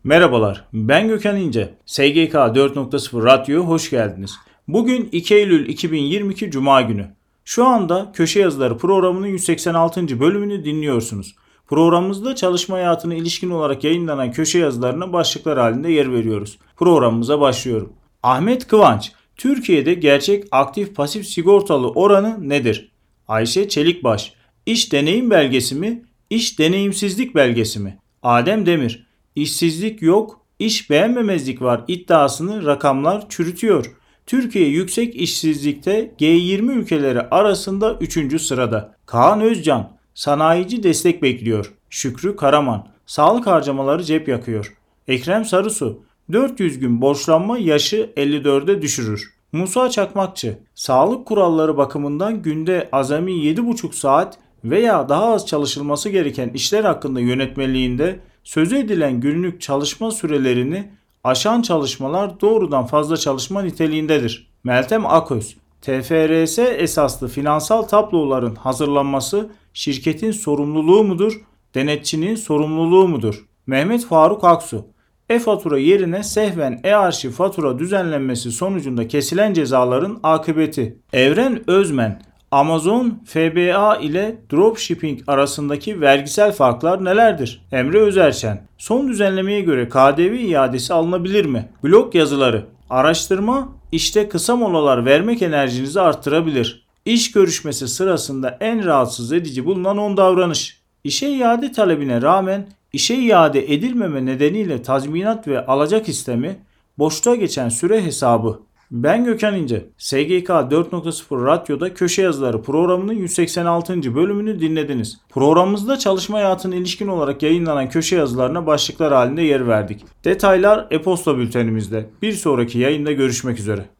Merhabalar, ben Gökhan İnce. SGK 4.0 Radyo'ya hoş geldiniz. Bugün 2 Eylül 2022 Cuma günü. Şu anda Köşe Yazıları programının 186. bölümünü dinliyorsunuz. Programımızda çalışma hayatına ilişkin olarak yayınlanan köşe yazılarına başlıklar halinde yer veriyoruz. Programımıza başlıyorum. Ahmet Kıvanç, Türkiye'de gerçek aktif pasif sigortalı oranı nedir? Ayşe Çelikbaş, İş deneyim belgesi mi, İş deneyimsizlik belgesi mi? Adem Demir, İşsizlik yok, iş beğenmemezlik var iddiasını rakamlar çürütüyor. Türkiye yüksek işsizlikte G20 ülkeleri arasında 3. sırada. Kaan Özcan, sanayici destek bekliyor. Şükrü Karaman, sağlık harcamaları cep yakıyor. Ekrem Sarısu, 400 gün borçlanma yaşı 54'e düşürür. Musa Çakmakçı, sağlık kuralları bakımından günde azami 7,5 saat veya daha az çalışılması gereken işler hakkında yönetmeliğinde sözü edilen günlük çalışma sürelerini aşan çalışmalar doğrudan fazla çalışma niteliğindedir. Meltem Aköz, TFRS esaslı finansal tabloların hazırlanması şirketin sorumluluğu mudur, denetçinin sorumluluğu mudur? Mehmet Faruk Aksu, e-fatura yerine sehven e-arşiv fatura düzenlenmesi sonucunda kesilen cezaların akıbeti. Evren Özmen, Amazon FBA ile dropshipping arasındaki vergisel farklar nelerdir? Emre Özerçen, son düzenlemeye göre KDV iadesi alınabilir mi? Blog yazıları, araştırma, işte kısa molalar vermek enerjinizi arttırabilir. İş görüşmesi sırasında en rahatsız edici bulunan 10 davranış. İşe iade talebine rağmen işe iade edilmeme nedeniyle tazminat ve alacak istemi, boşta geçen süre hesabı. Ben Gökhan İnce. SGK 4.0 Radyo'da Köşe Yazıları programının 186. bölümünü dinlediniz. Programımızda çalışma hayatına ilişkin olarak yayınlanan köşe yazılarına başlıklar halinde yer verdik. Detaylar e-posta bültenimizde. Bir sonraki yayında görüşmek üzere.